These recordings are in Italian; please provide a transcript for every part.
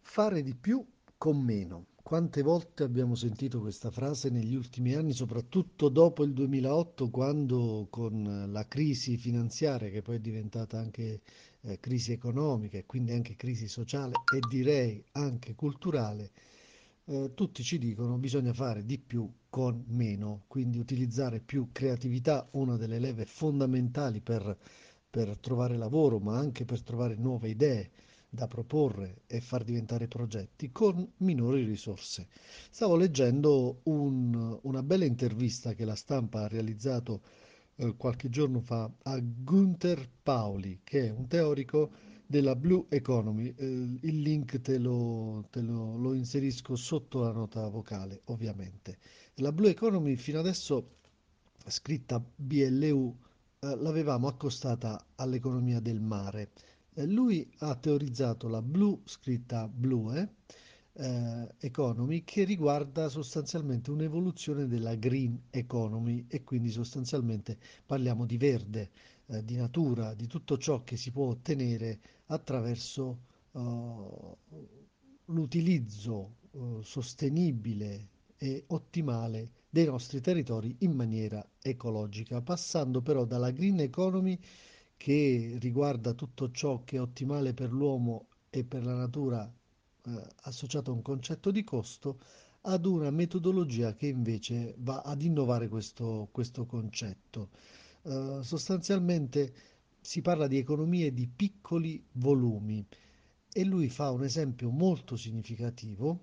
Fare di più con meno. Quante volte abbiamo sentito questa frase negli ultimi anni, soprattutto dopo il 2008, quando con la crisi finanziaria, che poi è diventata anche crisi economica e quindi anche crisi sociale e direi anche culturale, tutti ci dicono bisogna fare di più con meno, quindi utilizzare più creatività, una delle leve fondamentali per trovare lavoro, ma anche per trovare nuove idee da proporre e far diventare progetti con minori risorse. Stavo leggendo una bella intervista che la stampa ha realizzato qualche giorno fa a Gunther Pauli, che è un teorico della Blue Economy. Il link lo inserisco sotto la nota vocale, ovviamente. La Blue Economy fino adesso, scritta BLU, l'avevamo accostata all'economia del mare. Lui ha teorizzato la Blue, scritta Blue, Economy, che riguarda sostanzialmente un'evoluzione della Green Economy e quindi sostanzialmente parliamo di verde, di natura, di tutto ciò che si può ottenere attraverso l'utilizzo sostenibile e ottimale dei nostri territori in maniera ecologica, passando però dalla green economy che riguarda tutto ciò che è ottimale per l'uomo e per la natura associato a un concetto di costo, ad una metodologia che invece va ad innovare questo concetto. Sostanzialmente si parla di economie di piccoli volumi e lui fa un esempio molto significativo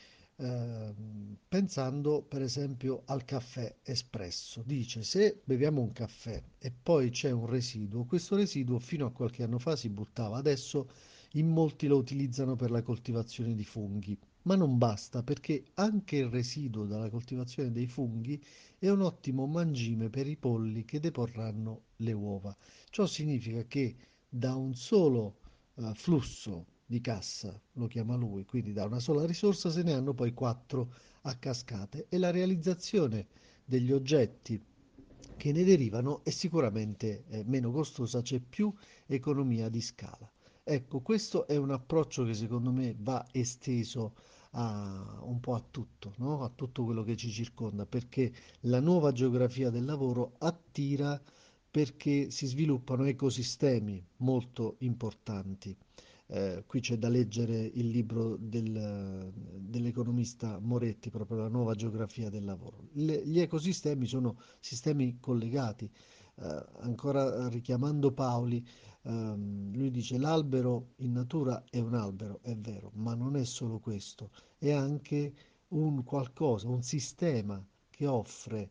pensando per esempio al caffè espresso. Dice se beviamo un caffè e poi c'è un residuo, questo residuo fino a qualche anno fa si buttava, adesso in molti lo utilizzano per la coltivazione di funghi. Ma non basta perché anche il residuo dalla coltivazione dei funghi è un ottimo mangime per i polli che deporranno le uova. Ciò significa che da un solo flusso di cassa, lo chiama lui, quindi da una sola risorsa se ne hanno poi quattro a cascate e la realizzazione degli oggetti che ne derivano è sicuramente meno costosa, c'è più economia di scala. Ecco, questo è un approccio che secondo me va esteso un po' a tutto, no? A tutto quello che ci circonda, perché la nuova geografia del lavoro attira perché si sviluppano ecosistemi molto importanti. Qui c'è da leggere il libro dell'economista Moretti, proprio la nuova geografia del lavoro. Gli ecosistemi sono sistemi collegati. Ancora richiamando Paoli, lui dice l'albero in natura è un albero, è vero, ma non è solo questo, è anche un qualcosa, un sistema che offre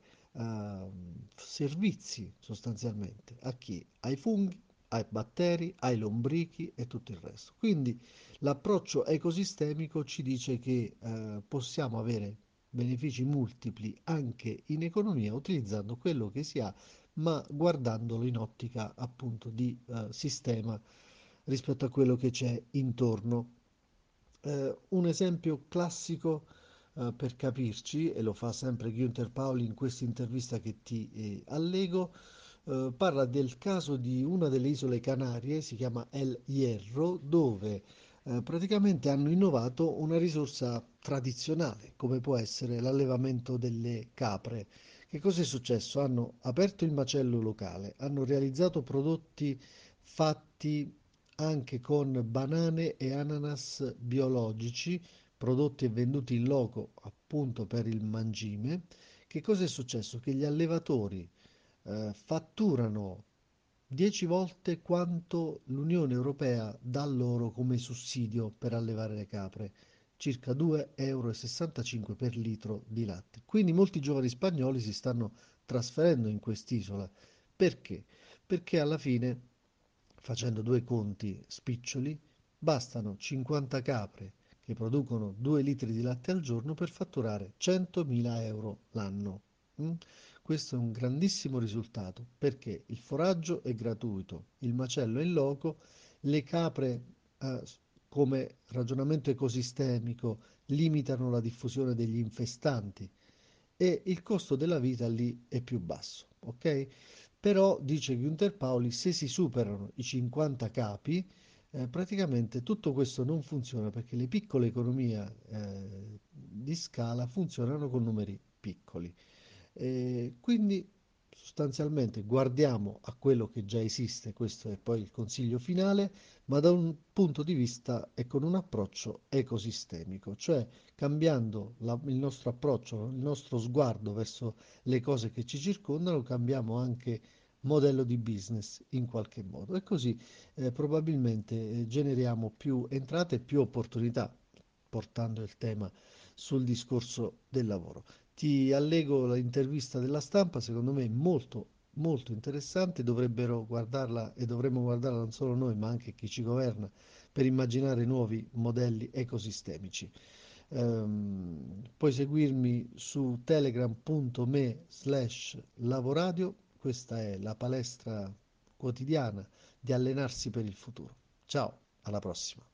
servizi sostanzialmente a chi? Ai funghi, ai batteri, ai lombrichi e tutto il resto. Quindi l'approccio ecosistemico ci dice che possiamo avere benefici multipli anche in economia utilizzando quello che si ha, ma guardandolo in ottica appunto di sistema rispetto a quello che c'è intorno. Un esempio classico per capirci, e lo fa sempre Günther Pauli in questa intervista che ti allego, parla del caso di una delle isole Canarie, si chiama El Hierro, dove praticamente hanno innovato una risorsa tradizionale, come può essere l'allevamento delle capre. Che cosa è successo? Hanno aperto il macello locale, hanno realizzato prodotti fatti anche con banane e ananas biologici, prodotti e venduti in loco appunto per il mangime. Che cosa è successo? Che gli allevatori fatturano 10 volte quanto l'Unione Europea dà loro come sussidio per allevare le capre, circa 2,65 € per litro di latte. Quindi molti giovani spagnoli si stanno trasferendo in quest'isola. Perché? Perché alla fine, facendo due conti spiccioli, bastano 50 capre che producono 2 litri di latte al giorno per fatturare 100.000 € l'anno. Mm? Questo è un grandissimo risultato perché il foraggio è gratuito, il macello è in loco, le capre, eh, come ragionamento ecosistemico, limitano la diffusione degli infestanti e il costo della vita lì è più basso, ok? Però, dice Günther Pauli, se si superano i 50 capi, Praticamente tutto questo non funziona perché le piccole economie di scala funzionano con numeri piccoli. Quindi sostanzialmente guardiamo a quello che già esiste, questo è poi il consiglio finale, ma da un punto di vista e con un approccio ecosistemico, cioè cambiando il nostro approccio, il nostro sguardo verso le cose che ci circondano, cambiamo anche modello di business in qualche modo e così probabilmente generiamo più entrate e più opportunità, portando il tema sul discorso del lavoro. Ti allego l'intervista della stampa, secondo me molto molto interessante, dovrebbero guardarla e dovremmo guardarla non solo noi, ma anche chi ci governa per immaginare nuovi modelli ecosistemici. Puoi seguirmi su telegram.me/lavoradio, questa è la palestra quotidiana di allenarsi per il futuro. Ciao, alla prossima.